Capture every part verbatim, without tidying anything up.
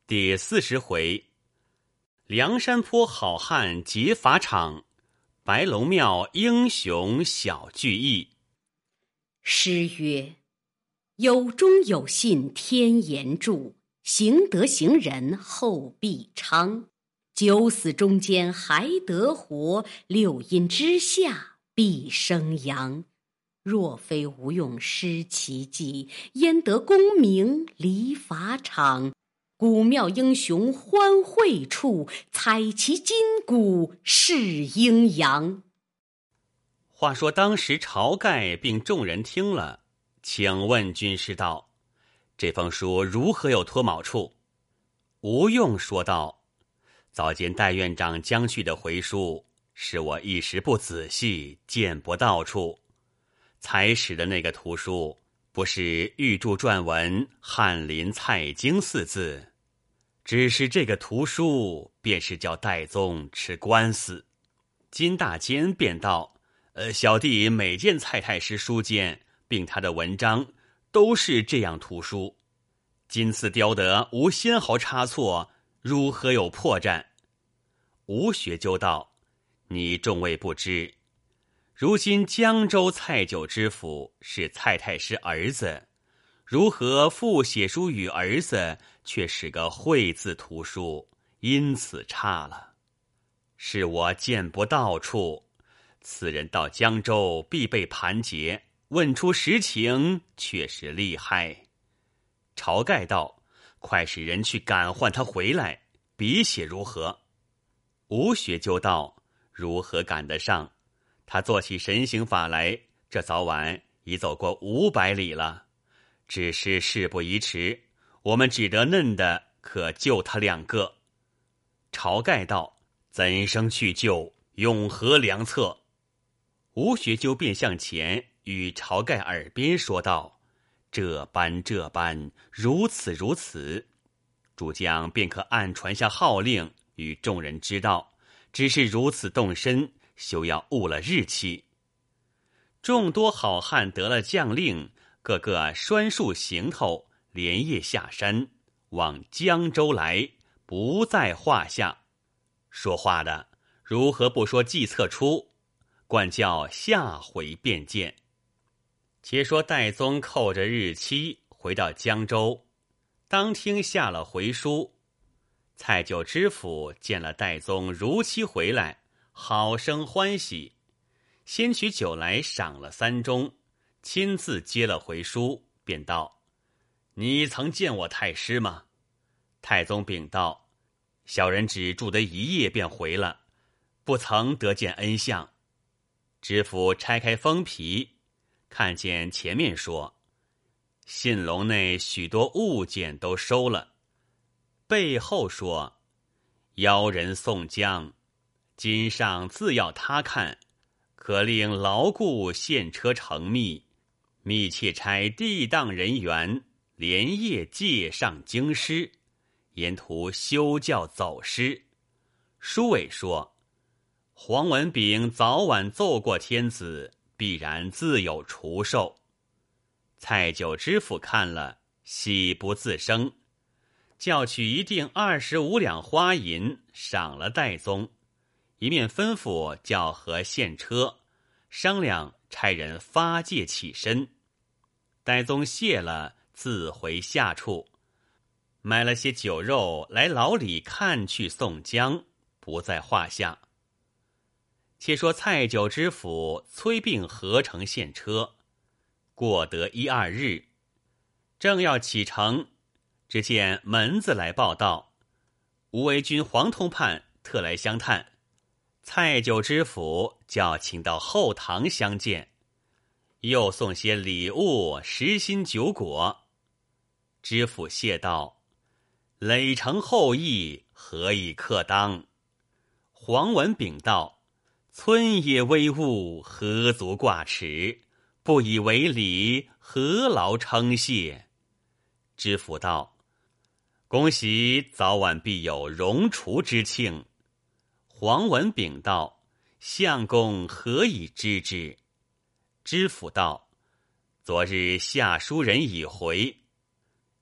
第四十回，梁山坡好汉劫法场，白龙庙英雄小聚义。 诗曰：有忠有信天言助，行德行仁后必昌。九死中间还得活，六阴之下必生阳。若非吴用施奇计，焉得功名离法场？古庙英雄欢会处，采其筋骨是阴阳。 话说当时晁盖并众人听了，请问军师道：这封书如何有脱卯处？吴用说道：早见戴院长将去的回书，是我一时不仔细，见不到处。才使的那个图书，不是御注撰文翰林蔡京四字，只是这个图书便是叫戴宗吃官司。金大坚便道：呃，小弟每见蔡太师书间并他的文章，都是这样图书。今次雕得无纤毫差错，如何有破绽？吴学究道：你众位不知，如今江州蔡九知府是蔡太师儿子，如何父写书与儿子，却是个讳字图书，因此差了。是我见不到处，此人到江州必被盘结，问出实情，却是厉害。晁盖道：快使人去赶唤他回来，笔写如何？吴学究道：如何赶得上？他做起神行法来，这早晚已走过五百里了。只是事不宜迟，我们只得嫩的可救他两个。晁盖道：怎生去救？用何良策？吴学究便向前与晁盖耳边说道：这般这般，如此如此。主将便可按传下号令，与众人知道，只是如此动身，休要误了日期。众多好汉得了将令，个个拴束行头，连夜下山，往江州来，不在话下。说话的如何不说计策出？惯叫下回便见。且说戴宗扣着日期回到江州，当听下了回书。蔡九知府见了戴宗如期回来，好生欢喜，先取酒来赏了三盅，亲自接了回书，便道：你曾见我太师吗？太宗禀道：小人只住得一夜便回了，不曾得见恩相。知府拆开封皮，看见前面说信笼内许多物件都收了，背后说邀人送将，今上自要他看，可令牢固献车成密，密切差地当人员连夜借上京师，沿途休教走失。书尾说黄文炳早晚奏过天子，必然自有除授。蔡九知府看了，喜不自胜，叫取一锭二十五两花银赏了戴宗，一面吩咐叫和献车，商量差人发借起身。戴宗谢了，自回下处，买了些酒肉来牢里看去宋江，不在话下。且说蔡九知府催并合成献车，过得一二日，正要启程，只见门子来报道，吴为军黄通判特来相探，蔡九知府叫请到后堂相见，又送些礼物实心酒果。知府谢道：累成后意，何以克当？黄文炳道：村野威物，何足挂齿？不以为礼，何劳称谢？知府道：恭喜早晚必有荣除之庆。黄文炳道：相公何以知之？知府道：昨日下书人已回。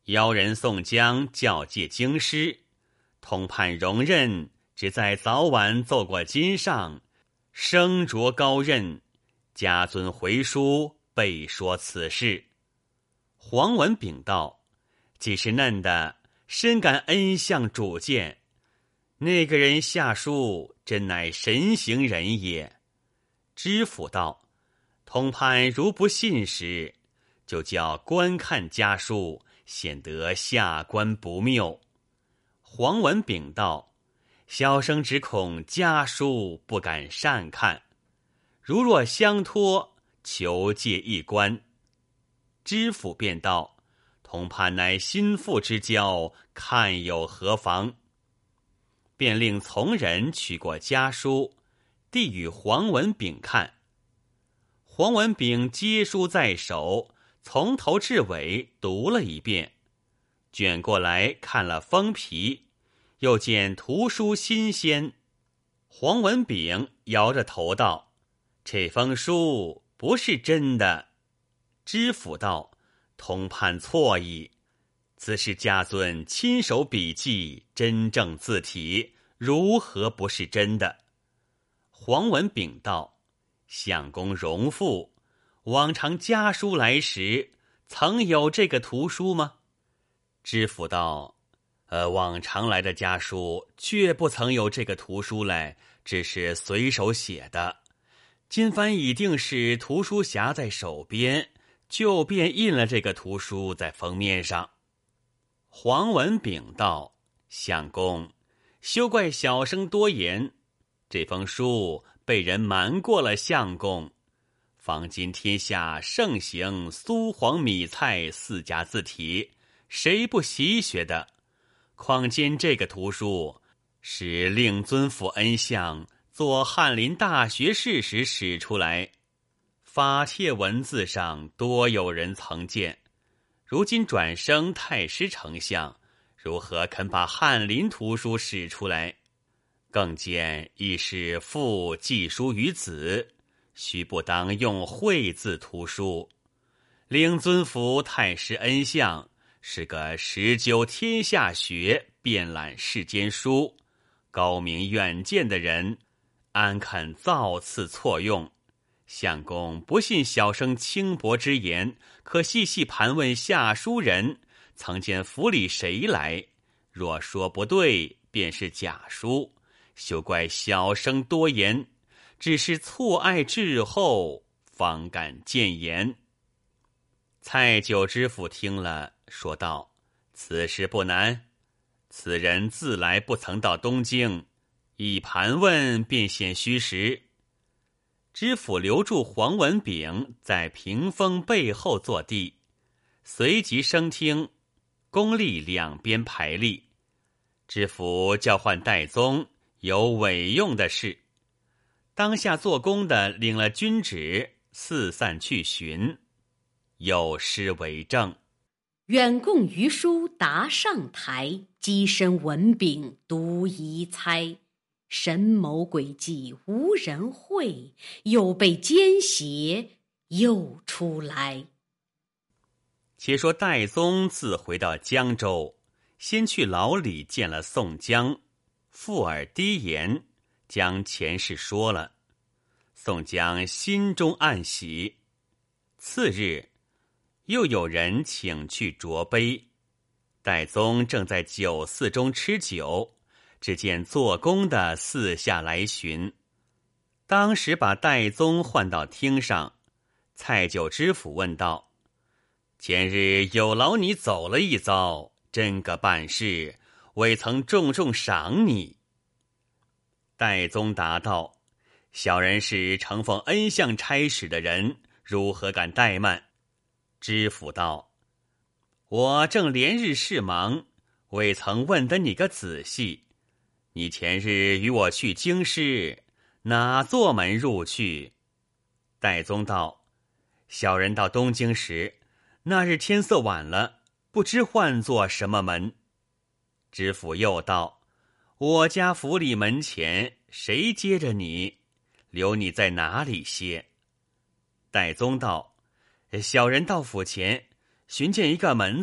邀人宋江教诫京师，通判容任只在早晚奏过金上，升擢高任，家尊回书备说此事。黄文炳道：既是嫩的，深感恩相主见。那个人下书，真乃神行人也。知府道：通判如不信时，就叫观看家书，显得下官不谬。黄文炳道：小生只恐家书不敢善看，如若相托，求借一观。知府便道：通判乃心腹之交，看有何妨？便令从人取过家书，递与黄文炳看。黄文炳接书在手，从头至尾读了一遍，卷过来看了封皮，又见图书新鲜。黄文炳摇着头道：这封书不是真的。知府道：通判错矣，此是家尊亲手笔记，真正字体，如何不是真的？黄文炳道：相公荣富，往常家书来时，曾有这个图书吗？知府道：呃，往常来的家书却不曾有这个图书来，只是随手写的。今番已定是图书匣在手边，就便印了这个图书在封面上。黄文炳道：相公，休怪小生多言，这封书被人瞒过了相公。方今天下盛行苏黄米蔡四家字体，谁不习学的？况兼这个图书是令尊府恩相做翰林大学士时使出来，法帖文字上多有人曾见，如今转升太师丞相，如何肯把翰林图书使出来？更见亦是父寄书于子，须不当用讳字图书。令尊府太师恩相是个实究天下学，遍览世间书，高明远见的人，安肯造次错用？相公不信小生轻薄之言，可细细盘问下书人，曾见府里谁来？若说不对，便是假书，休怪小生多言，只是错爱至后，方敢谏言。蔡九知府听了，说道：此事不难，此人自来不曾到东京，一盘问便显虚实。知府留住黄文炳在屏风背后坐地，随即升听，公吏两边排立。知府叫唤戴宗，有委用的事。当下做工的领了军旨，四散去寻。有诗为证： 远供余书达上台，跻身文炳独疑猜。神谋诡计无人会，又被奸邪又出来。 且说戴宗自回到江州，先去牢里见了宋江，附耳低言，将前事说了。宋江心中暗喜。次日，又有人请去酌杯，戴宗正在酒肆中吃酒，只见做工的四下来寻，当时把戴宗唤到厅上。蔡九知府问道：前日有劳你走了一遭，真个办事，未曾重重赏你。戴宗答道：小人是承奉恩相差使的人，如何敢怠慢？知府道：我正连日事忙，未曾问得你个仔细。你前日与我去京师，哪座门入去？戴宗道：小人到东京时，那日天色晚了，不知唤作什么门。知府又道：我家府里门前谁接着你？留你在哪里歇？戴宗道：小人到府前寻见一个门子，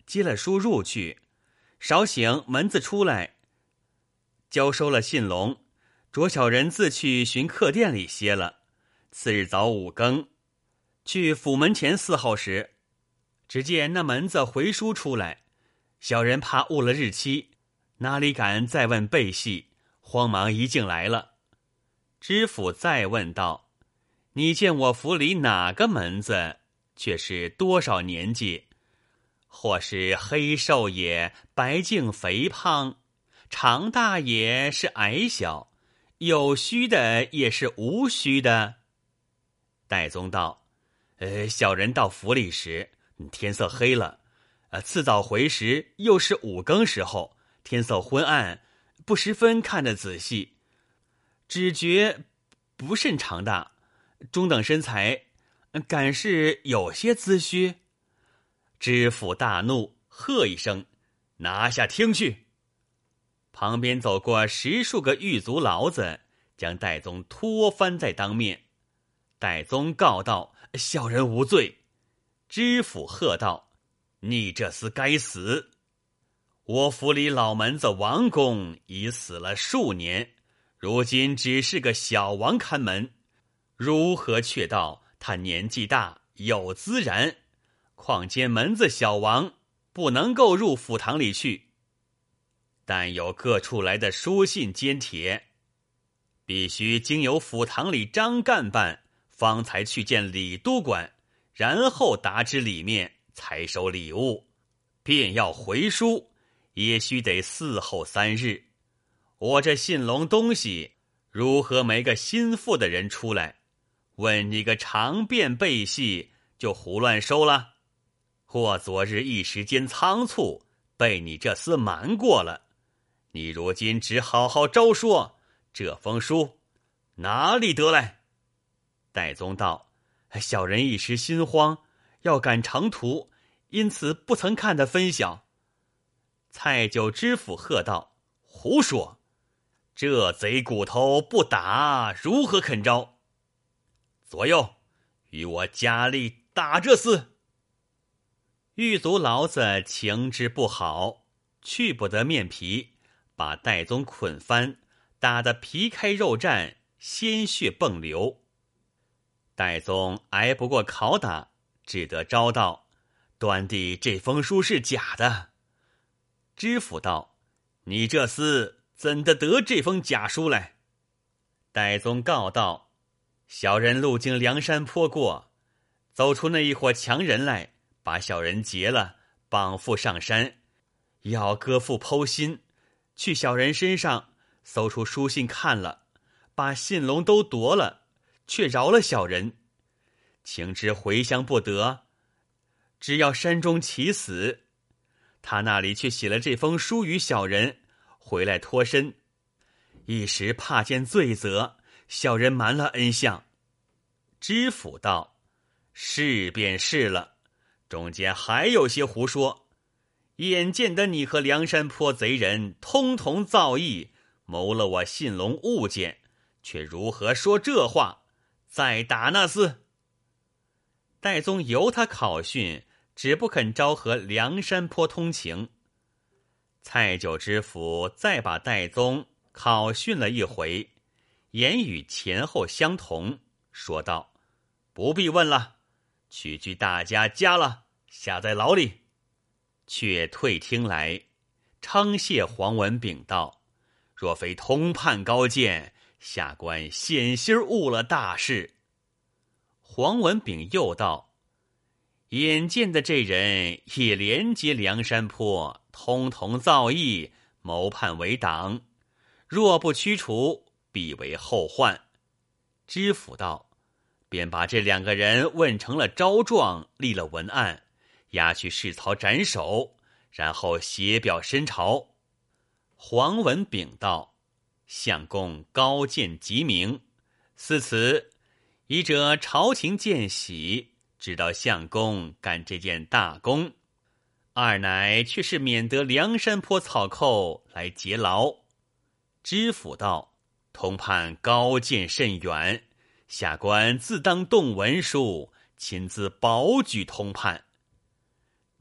接了书入去，少醒门子出来，交收了信笼，着小人自去寻客店里歇了。次日早五更，去府门前伺候时，只见那门子回书出来，小人怕误了日期，哪里敢再问备细，慌忙一径来了。知府再问道：你见我府里哪个门子，却是多少年纪？或是黑瘦也，白净肥胖，长大也是矮小，有须的也是无须的？戴宗道：呃，小人到府里时，天色黑了，呃，次早回时又是五更时候，天色昏暗，不十分看得仔细，只觉不甚长大，中等身材，敢是有些资须。知府大怒，喝一声：拿下听去！旁边走过十数个狱卒牢子，将戴宗拖翻在当面。戴宗告道：小人无罪。知府喝道：你这厮该死！我府里老门子王公已死了数年，如今只是个小王看门，如何却道他年纪大有资然？况兼门子小王不能够入府堂里去，但有各处来的书信笺帖，必须经由府堂里张干办，方才去见李督管，然后达知里面才收礼物，便要回书，也须得伺候三日。我这信笼东西，如何没个心腹的人出来？问你个长便备细，就胡乱收了？或昨日一时间仓促，被你这厮瞒过了。你如今只好好招说，这封书哪里得来？戴宗道：小人一时心慌，要赶长途，因此不曾看得分晓。蔡九知府喝道：胡说！这贼骨头不打，如何肯招？左右，与我加力打这厮！狱卒牢子情之不好，去不得面皮，把戴宗捆翻，打得皮开肉绽，鲜血迸流。戴宗挨不过拷打，只得招道：端地这封书是假的。知府道：你这厮怎的得这封假书来？戴宗告道：小人路经梁山坡过，走出那一伙强人来，把小人劫了，绑缚上山，要割腹剖心，去小人身上搜出书信看了，把信笼都夺了，却饶了小人。情知回乡不得，只要山中起死，他那里却写了这封书与小人，回来脱身，一时怕见罪责，小人瞒了恩相。知府道：是便是了，中间还有些胡说。眼见得你和梁山坡贼人通同造议，谋了我信笼物件，却如何说这话？再打那厮！戴宗由他考训，只不肯招和梁山坡通情。蔡九知府再把戴宗考训了一回，言语前后相同，说道：不必问了，取居大家家了，下在牢里。却退厅来，称谢黄文炳道：若非通判高见，下官险些误了大事。黄文炳又道：眼见的这人也连接梁山坡，通同造议，谋叛为党，若不驱除，必为后患。知府道：便把这两个人问成了招状，立了文案，押去市曹斩首，然后写表申朝。黄文炳道：相公高见极明，似此一者朝廷见喜，知道相公干这件大功；二乃却是免得梁山坡草寇来劫牢。知府道：通判高见甚远，下官自当动文书，亲自保举通判。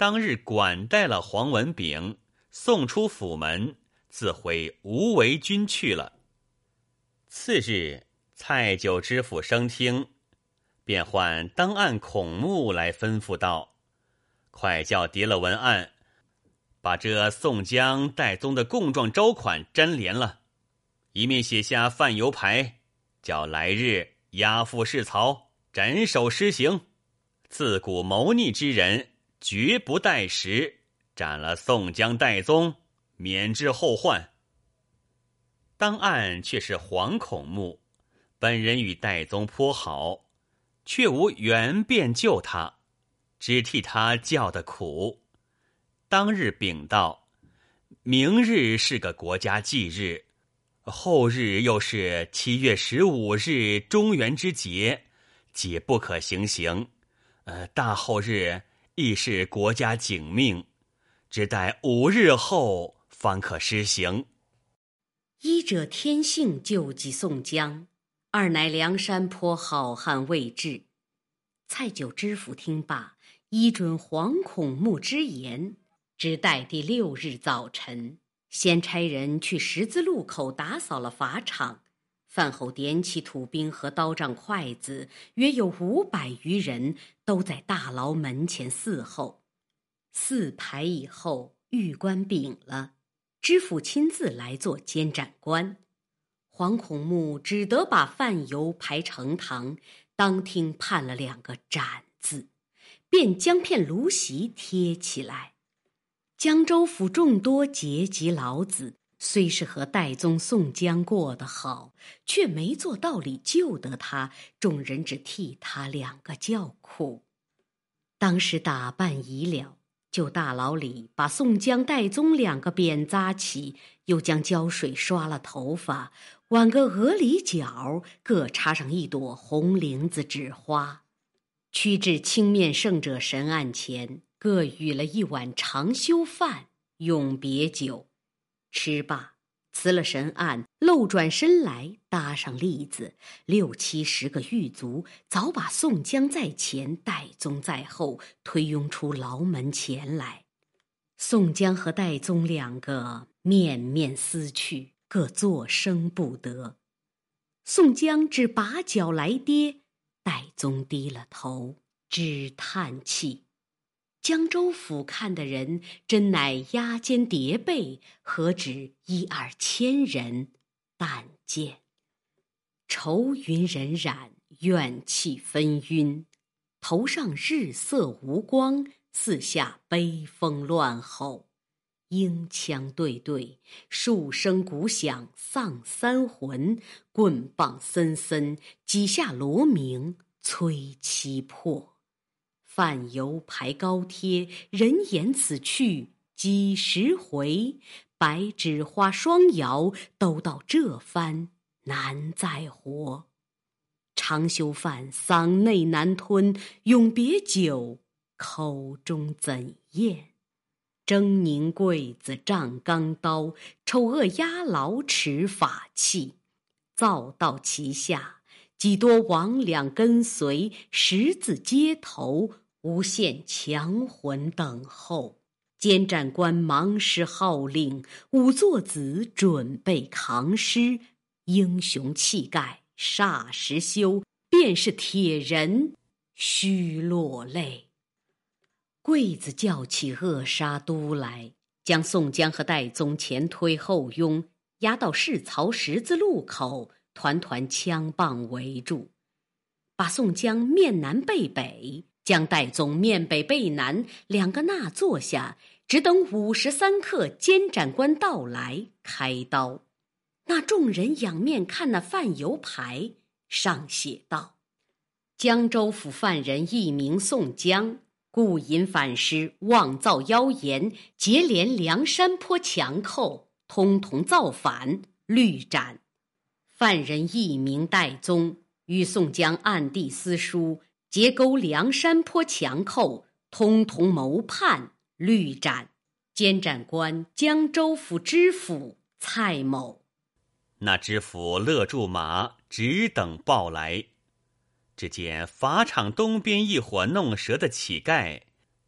当日管带了黄文炳，送出府门，自回无为军去了。次日，蔡九知府升听，便唤当案孔目来吩咐道：快叫叠了文案，把这宋江、戴宗的供状招款粘连了，一面写下范邮牌，叫来日押赴市曹，斩首施行。自古谋逆之人，绝不待时，斩了宋江、戴宗，免致后患。当案却是黄孔目，本人与戴宗颇好，却无缘便救他，只替他叫的苦。当日禀道：明日是个国家忌日，后日又是七月十五日中元之节，皆不可行刑。呃，大后日亦是国家警命，只待五日后方可施行。 一者天性救济宋江，二乃梁山坡好汉未至。蔡九知府听罢，依准黄孔目之言，只待第六日早晨，先差人去十字路口打扫了法场，饭后点起土兵和刀杖筷子，约有五百余人，都在大牢门前伺候。四排以后，狱官禀了，知府亲自来做监斩官。黄孔目只得把范邮排呈堂，当庭判了两个斩字，便将片芦席贴起来。江州府众多结级老子，虽是和戴宗、宋江过得好，却没做道理救得他，众人只替他两个叫苦。当时打扮已了，就大牢里把宋江、戴宗两个扁扎起，又将胶水刷了头发，挽个鹅里角，各插上一朵红绫子纸花，驱至青面圣者神案前，各与了一碗长修饭，永别酒。吃罢，辞了神案，漏转身来，搭上栗子，六七十个狱卒早把宋江在前，戴宗在后，推拥出牢门前来。宋江和戴宗两个面面思去，各作声不得。宋江只把脚来跌，戴宗低了头，只叹气。江州府看的人，真乃压肩叠背，何止一二千人？但见愁云荏苒，怨气纷纭，头上日色无光，四下悲风乱吼，鹰枪对对，数声鼓响丧三魂，棍棒森森，几下锣鸣催七魄。范邮牌高贴，人言此去几十回，白纸花双摇，都到这番难再活。长修饭嗓内难吞，永别酒口中怎咽？狰狞刽子仗钢刀，丑恶押牢持法器。造到其下，几多魍魉跟随，十字街头，无限强魂等候。监斩官忙施号令，仵作子准备扛尸，英雄气概霎时休，便是铁人须落泪。刽子叫起扼杀都来，将宋江和戴宗前推后拥，押到市曹十字路口，团团枪棒围住，把宋江面南背北，将戴宗面北背南，两个纳坐下，只等午时三刻监斩官到来开刀。那众人仰面看那范邮牌，上写道：江州府犯人一名宋江，故引反诗，妄造妖言，结连梁山坡强寇，通通造反，律斩。犯人一名戴宗，与宋江暗地私书，结勾梁山坡强寇，通通谋叛，律斩。监斩官江州府知府蔡某。 那知府勒住马，只等报来。只见法场东边一伙弄蛇的乞丐，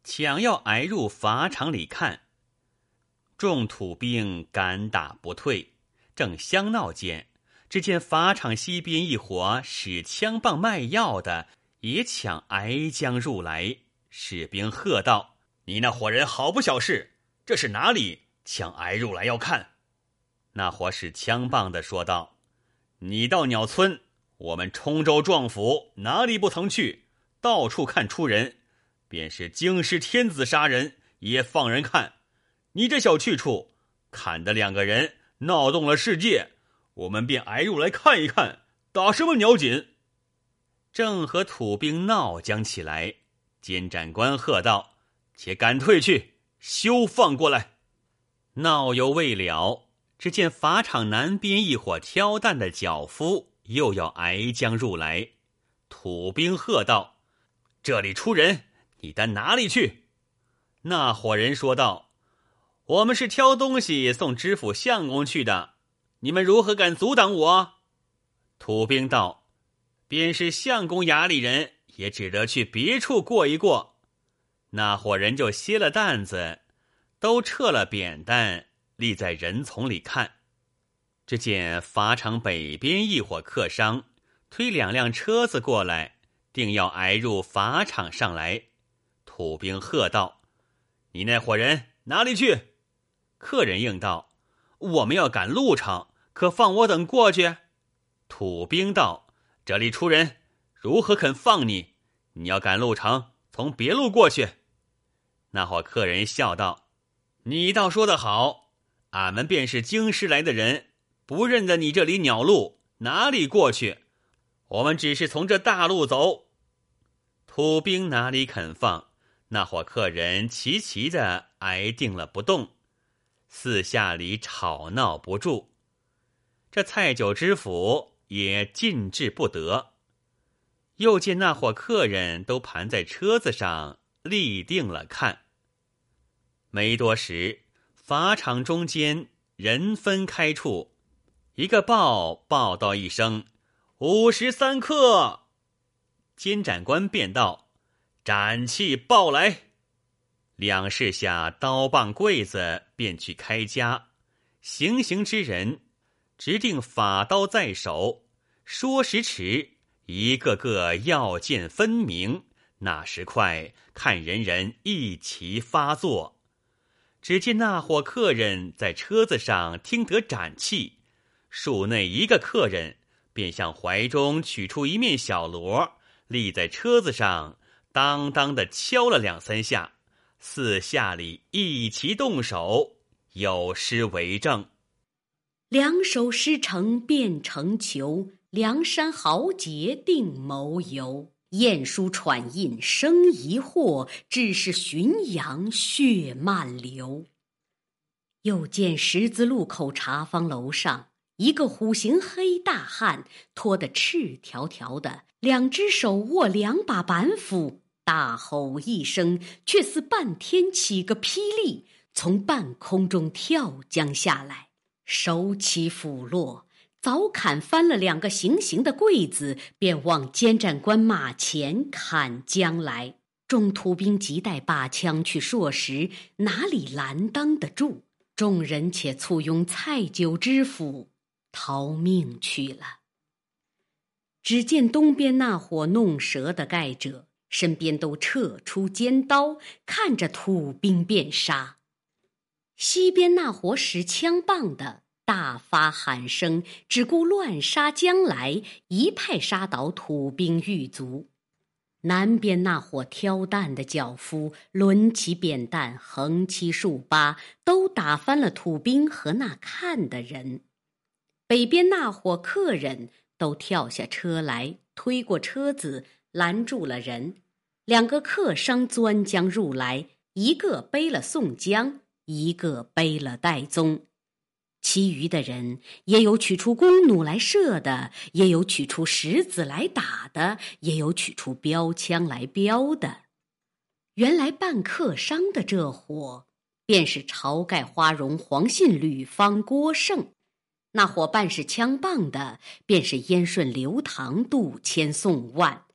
抢要挨入法场里看。众土兵敢打不退，正相闹间，只见法场西边一伙使枪棒卖药的也抢挨将入来。士兵喝道：“你那伙人好不小事，这是哪里？抢挨入来要看。”那伙使枪棒的说道：“你到鸟村，我们冲州壮府哪里不曾去？到处看出人，便是京师天子杀人也放人看。你这小去处，砍的两个人闹动了世界，我们便挨入来看一看，打什么鸟紧？”正和土兵闹僵起来，监斩官喝道：“且赶退去，休放过来！”闹犹未了，只见法场南边一伙挑担的脚夫又要挨将入来。土兵喝道：“这里出人，你担哪里去？”那伙人说道：“我们是挑东西送知府相公去的，你们如何敢阻挡我？”土兵道：“便是相公衙里人，也只得去别处过一过。”那伙人就歇了担子，都撤了扁担，立在人丛里看。只见法场北边一伙客商推两辆车子过来，定要挨入法场上来。土兵喝道：“你那伙人哪里去？”客人应道：“我们要赶路程，可放我等过去？”土兵道：“这里出人，如何肯放你？你要赶路程，从别路过去。”那伙客人笑道：“你倒说得好，俺们便是京师来的人，不认得你这里鸟路，哪里过去？我们只是从这大路走。”土兵哪里肯放，那伙客人齐齐的挨定了不动，四下里吵闹不住。这蔡九知府也禁制不得。又见那伙客人都盘在车子上立定了看。没多时，法场中间人分开处，一个报报道一声：“五十三克。”监斩官便道：“斩器报来。”两士下刀棒柜子，便去开家。行刑之人直定法刀在手，说时迟，一个个要见分明，那时快，看人人一齐发作。只见那伙客人在车子上听得斩器，数内一个客人便向怀中取出一面小锣，立在车子上，当当的敲了两三下，四下里一齐动手，有诗为证：“ 两手施成变成球，梁山豪杰定谋游。雁书喘印生疑惑，只是浔阳血漫流。”又见十字路口茶坊楼上，一个虎形黑大汉，拖得赤条条的，两只手握两把板斧，大吼一声，却似半天起个霹雳，从半空中跳将下来，手起斧落，早砍翻了两个行刑的柜子，便往监斩官马前砍将来。众土兵急待把枪去搠石，哪里拦当得住？众人且簇拥蔡九知府逃命去了。只见东边那伙弄蛇的盖者，身边都撤出尖刀，看着土兵便杀。西边那伙使枪棒的大发喊声，只顾乱杀将来，一派杀倒土兵狱卒。南边那伙挑担的脚夫抡起扁担，横七竖八，都打翻了土兵和那看的人。北边那伙客人都跳下车来，推过车子，拦住了人。两个客商钻将入来，一个背了宋江，一个背了戴宗。其余的人也有取出弓弩来射的，也有取出石子来打的，也有取出标枪来标的。原来办客商的这伙，便是晁盖、花荣、黄信、吕方、郭盛；那伙办使枪棒的，便是燕顺、刘唐、杜迁、宋万；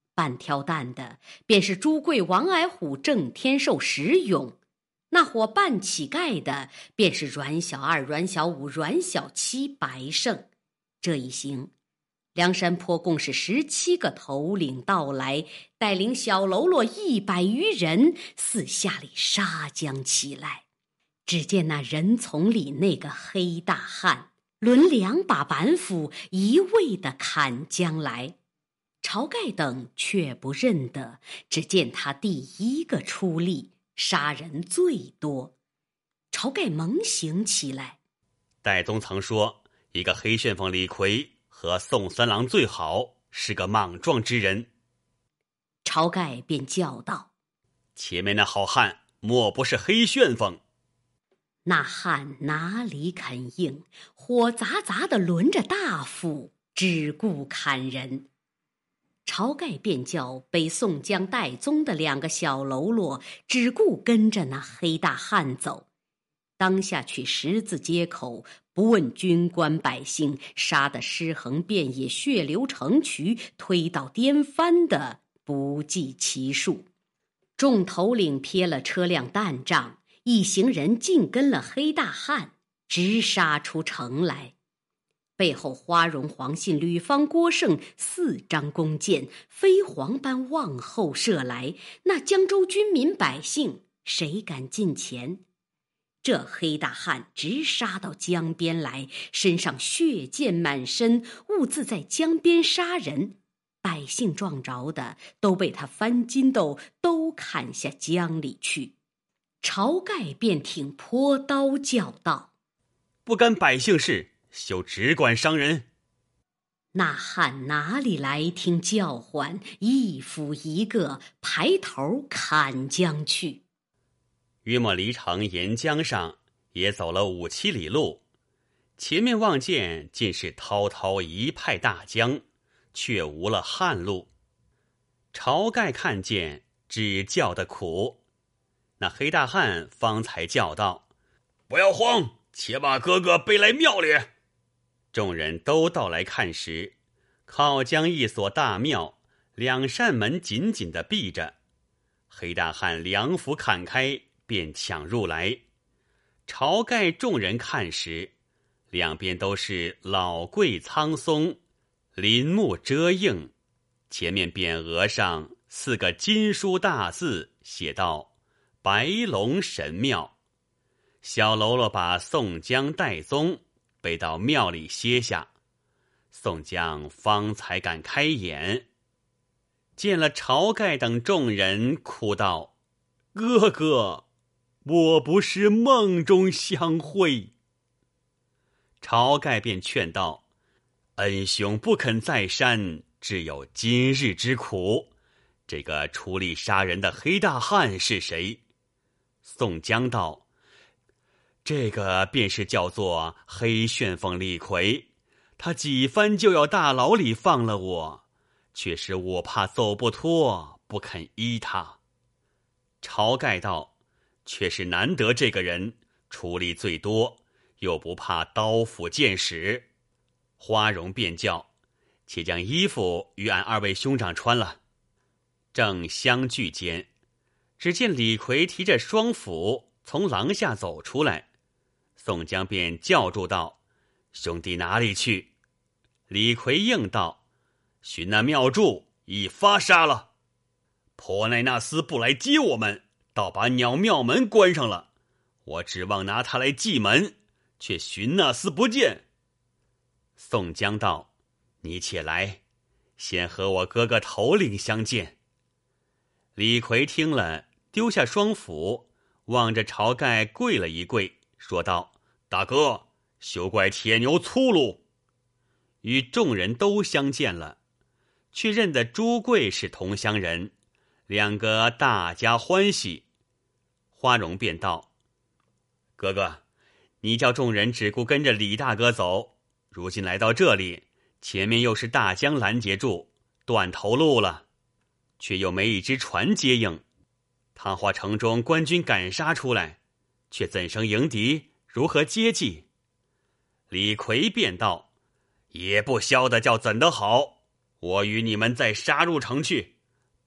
半挑担的便是朱贵、王矮虎、郑天寿、石勇；那伙半乞丐的便是阮小二、阮小五、阮小七、白胜。这一行，梁山坡共是十七个头领到来，带领小喽啰一百余人，四下里杀将起来。只见那人丛里那个黑大汉，抡两把板斧，一味地砍将来。晁盖等却不认得，只见他第一个出力，杀人最多。晁盖猛醒起来， 戴宗曾说，一个黑旋风李逵和宋三郎最好，是个莽撞之人。 晁盖便叫道： 前面那好汉莫不是黑旋风？ 那汉哪里肯应，火砸砸地抡着大斧，只顾砍人。晁盖便叫背宋江、戴宗的两个小喽啰，只顾跟着那黑大汉走。当下去十字街口，不问军官百姓，杀得尸横遍野，血流成渠，推倒颠翻的不计其数。众头领撇了车辆担仗，一行人尽跟了黑大汉，直杀出城来。背后花荣、黄信、吕方、郭盛四张弓箭飞蝗般往后射来，那江州军民百姓谁敢近前？这黑大汉直杀到江边来，身上血溅满身，兀自在江边杀人。百姓撞着的都被他翻筋斗，都砍下江里去。晁盖便挺坡刀叫道： 不干百姓事，休只管伤人。 那汉哪里来听叫唤，一斧一个，排头砍将去。 约莫离城沿江上也走了五七里路，前面望见尽是滔滔一派大江，却无了汉路。晁盖看见，只叫得苦。那黑大汉方才叫道：不要慌，且把哥哥背来庙里。众人都到来看时，靠江一所大庙，两扇门紧紧地闭着。黑大汉两斧砍开，便抢入来。晁盖众人看时，两边都是老桂苍松，林木遮映，前面匾额上四个金书大字，写道：白龙神庙。小喽啰把宋江、戴宗背到庙里歇下，宋江方才敢开眼，见了晁盖等众人，哭道：哥哥，我不是梦中相会。晁盖便劝道：恩兄不肯再山，只有今日之苦。这个出力杀人的黑大汉是谁？宋江道：这个便是叫做黑旋风李逵，他几番就要大牢里放了我，却是我怕走不脱，不肯依他。晁盖道：却是难得这个人，出力最多，又不怕刀斧剑矢。花荣便叫：且将衣服与俺二位兄长穿了。正相聚间，只见李逵提着双斧从廊下走出来，宋江便叫住道：兄弟哪里去？李逵应道：寻那庙祝已发杀了。颇奈那厮不来接我们，倒把鸟庙门关上了，我指望拿他来祭门，却寻那厮不见。宋江道：你且来，先和我哥哥头领相见。李逵听了，丢下双斧，望着晁盖跪了一跪，说道：大哥，休怪铁牛粗鲁。与众人都相见了，却认得朱贵是同乡人，两个大家欢喜。花荣便道：哥哥，你叫众人只顾跟着李大哥走，如今来到这里，前面又是大江拦截住，断头路了，却又没一只船接应。倘或城中官军赶杀出来，却怎生迎敌，如何接济？李逵便道：也不晓得叫怎的好，我与你们再杀入城去，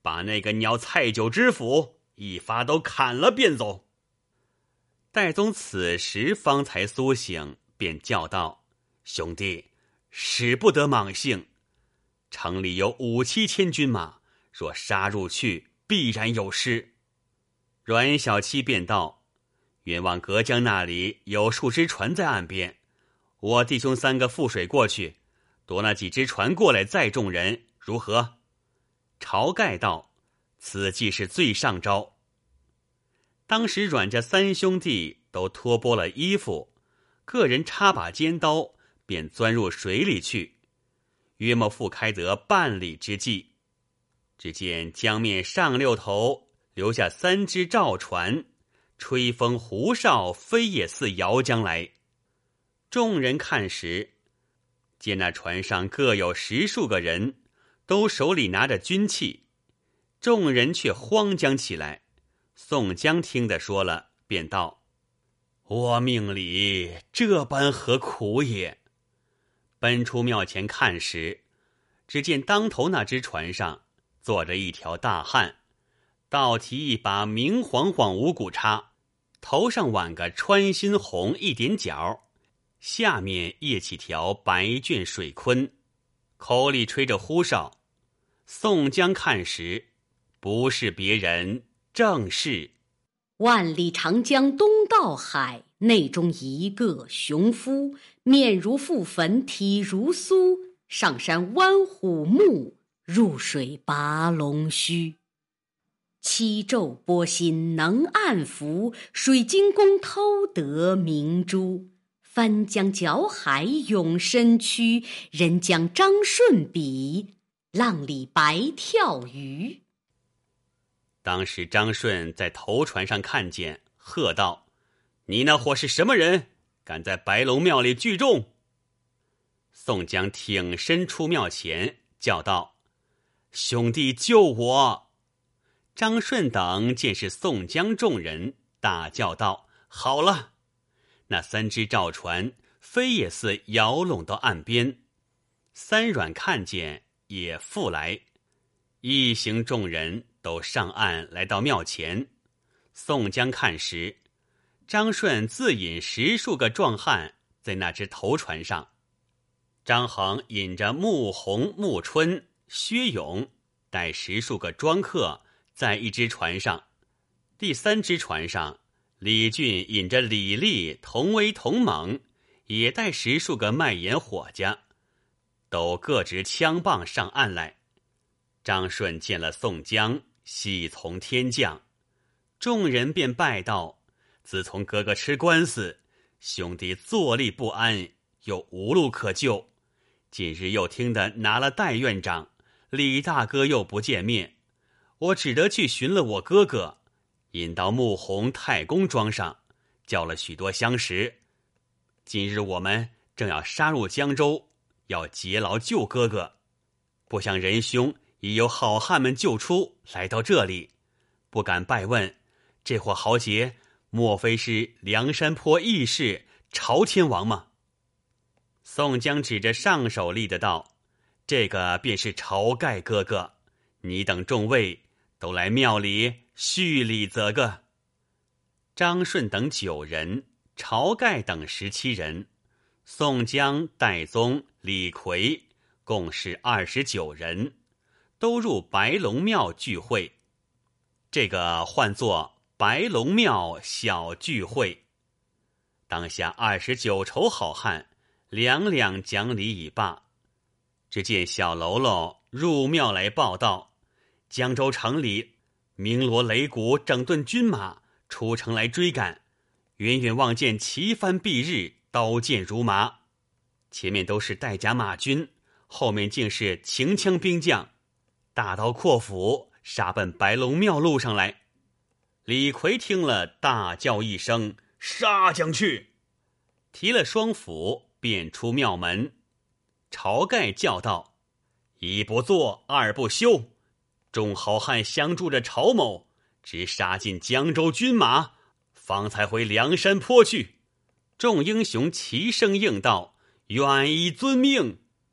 把那个鸟蔡九知府一发都砍了便走。”戴宗此时方才苏醒，便叫道：“兄弟，使不得莽性。城里有五七千军马，若杀入去，必然有失。”阮小七便道：“远望隔江那里有数只船在岸边，我弟兄三个覆水过去，夺那几只船过来载众人，如何？”晁盖道：“此计是最上招。”当时阮家三兄弟都脱剥了衣服，个人插把尖刀，便钻入水里去。约莫复开得半里之际，只见江面上六头留下三只赵船，吹风胡哨，飞也似摇将来。众人看时，见那船上各有十数个人，都手里拿着军器。众人却慌将起来。宋江听得说了，便道：“我命里这般何苦也？”奔出庙前看时，只见当头那只船上坐着一条大汉，倒提一把明晃晃五谷叉，头上挽个穿心红一点角，下面掖起条白绢水坤，口里吹着呼哨。宋江看时，不是别人，正是万里长江东到海，内中一个雄夫，面如覆粉，体如酥，上山弯虎目，入水拔龙须。七昼波心能暗伏，水晶宫偷得明珠。翻江搅海涌身躯，人将张顺比，浪里白跳鱼。 当时张顺在头船上看见，喝道：“你那伙是什么人？敢在白龙庙里聚众？”宋江挺身出庙前，叫道：“兄弟救我！”张顺等见是宋江众人，大叫道：“好了！”那三只赵船飞也似摇拢到岸边，三阮看见也复来，一行众人都上岸来到庙前。宋江看时，张顺自引十数个壮汉在那只头船上，张衡引着穆弘、穆春、薛勇带十数个庄客在一只船上，第三只船上李俊引着李立、同威、同猛也带十数个卖盐伙家，都各执枪棒上岸来。张顺见了宋江，喜从天降，众人便拜道：“自从哥哥吃官司，兄弟坐立不安，又无路可救。今日又听得拿了戴院长，李大哥又不见面，我只得去寻了我哥哥，引到穆弘太公庄上，叫了许多相识。今日我们正要杀入江州，要劫牢救哥哥，不想仁兄已有好汉们救出，来到这里，不敢拜问，这伙豪杰莫非是梁山坡义士朝天王吗？”宋江指着上手立的道：“这个便是晁盖哥哥，你等众位都来庙里叙礼则个。”张顺等九人，晁盖等十七人，宋江、戴宗、李逵共是二十九人，都入白龙庙聚会。这个唤作白龙庙小聚会。当下二十九筹好汉两两讲理已罢，只见小喽啰入庙来报道：江州城里鸣锣擂鼓，整顿军马出城来追赶，远远望见旗帆蔽日，刀剑如麻，前面都是带甲马军，后面竟是擎枪兵将，大刀阔斧杀奔白龙庙路上来。李逵听了，大叫一声：“杀将去！”提了双斧便出庙门。晁盖叫道：“一不做，二不休！众好汉相助着晁某，直杀进江州军马，方才回梁山坡去。”众英雄齐声应道：“愿意遵命。”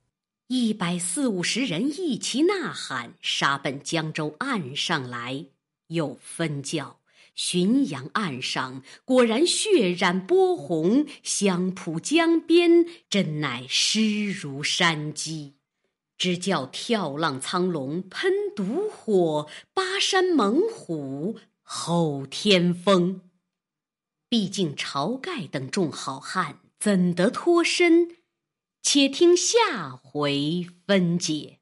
一百四五十人一齐呐喊，杀奔江州岸上来。又分教浔阳岸上，果然血染波红，相扑江边，真乃尸如山鸡。只教跳浪苍龙喷毒火，巴山猛虎吼天风。毕竟晁盖等众好汉怎得脱身？且听下回分解。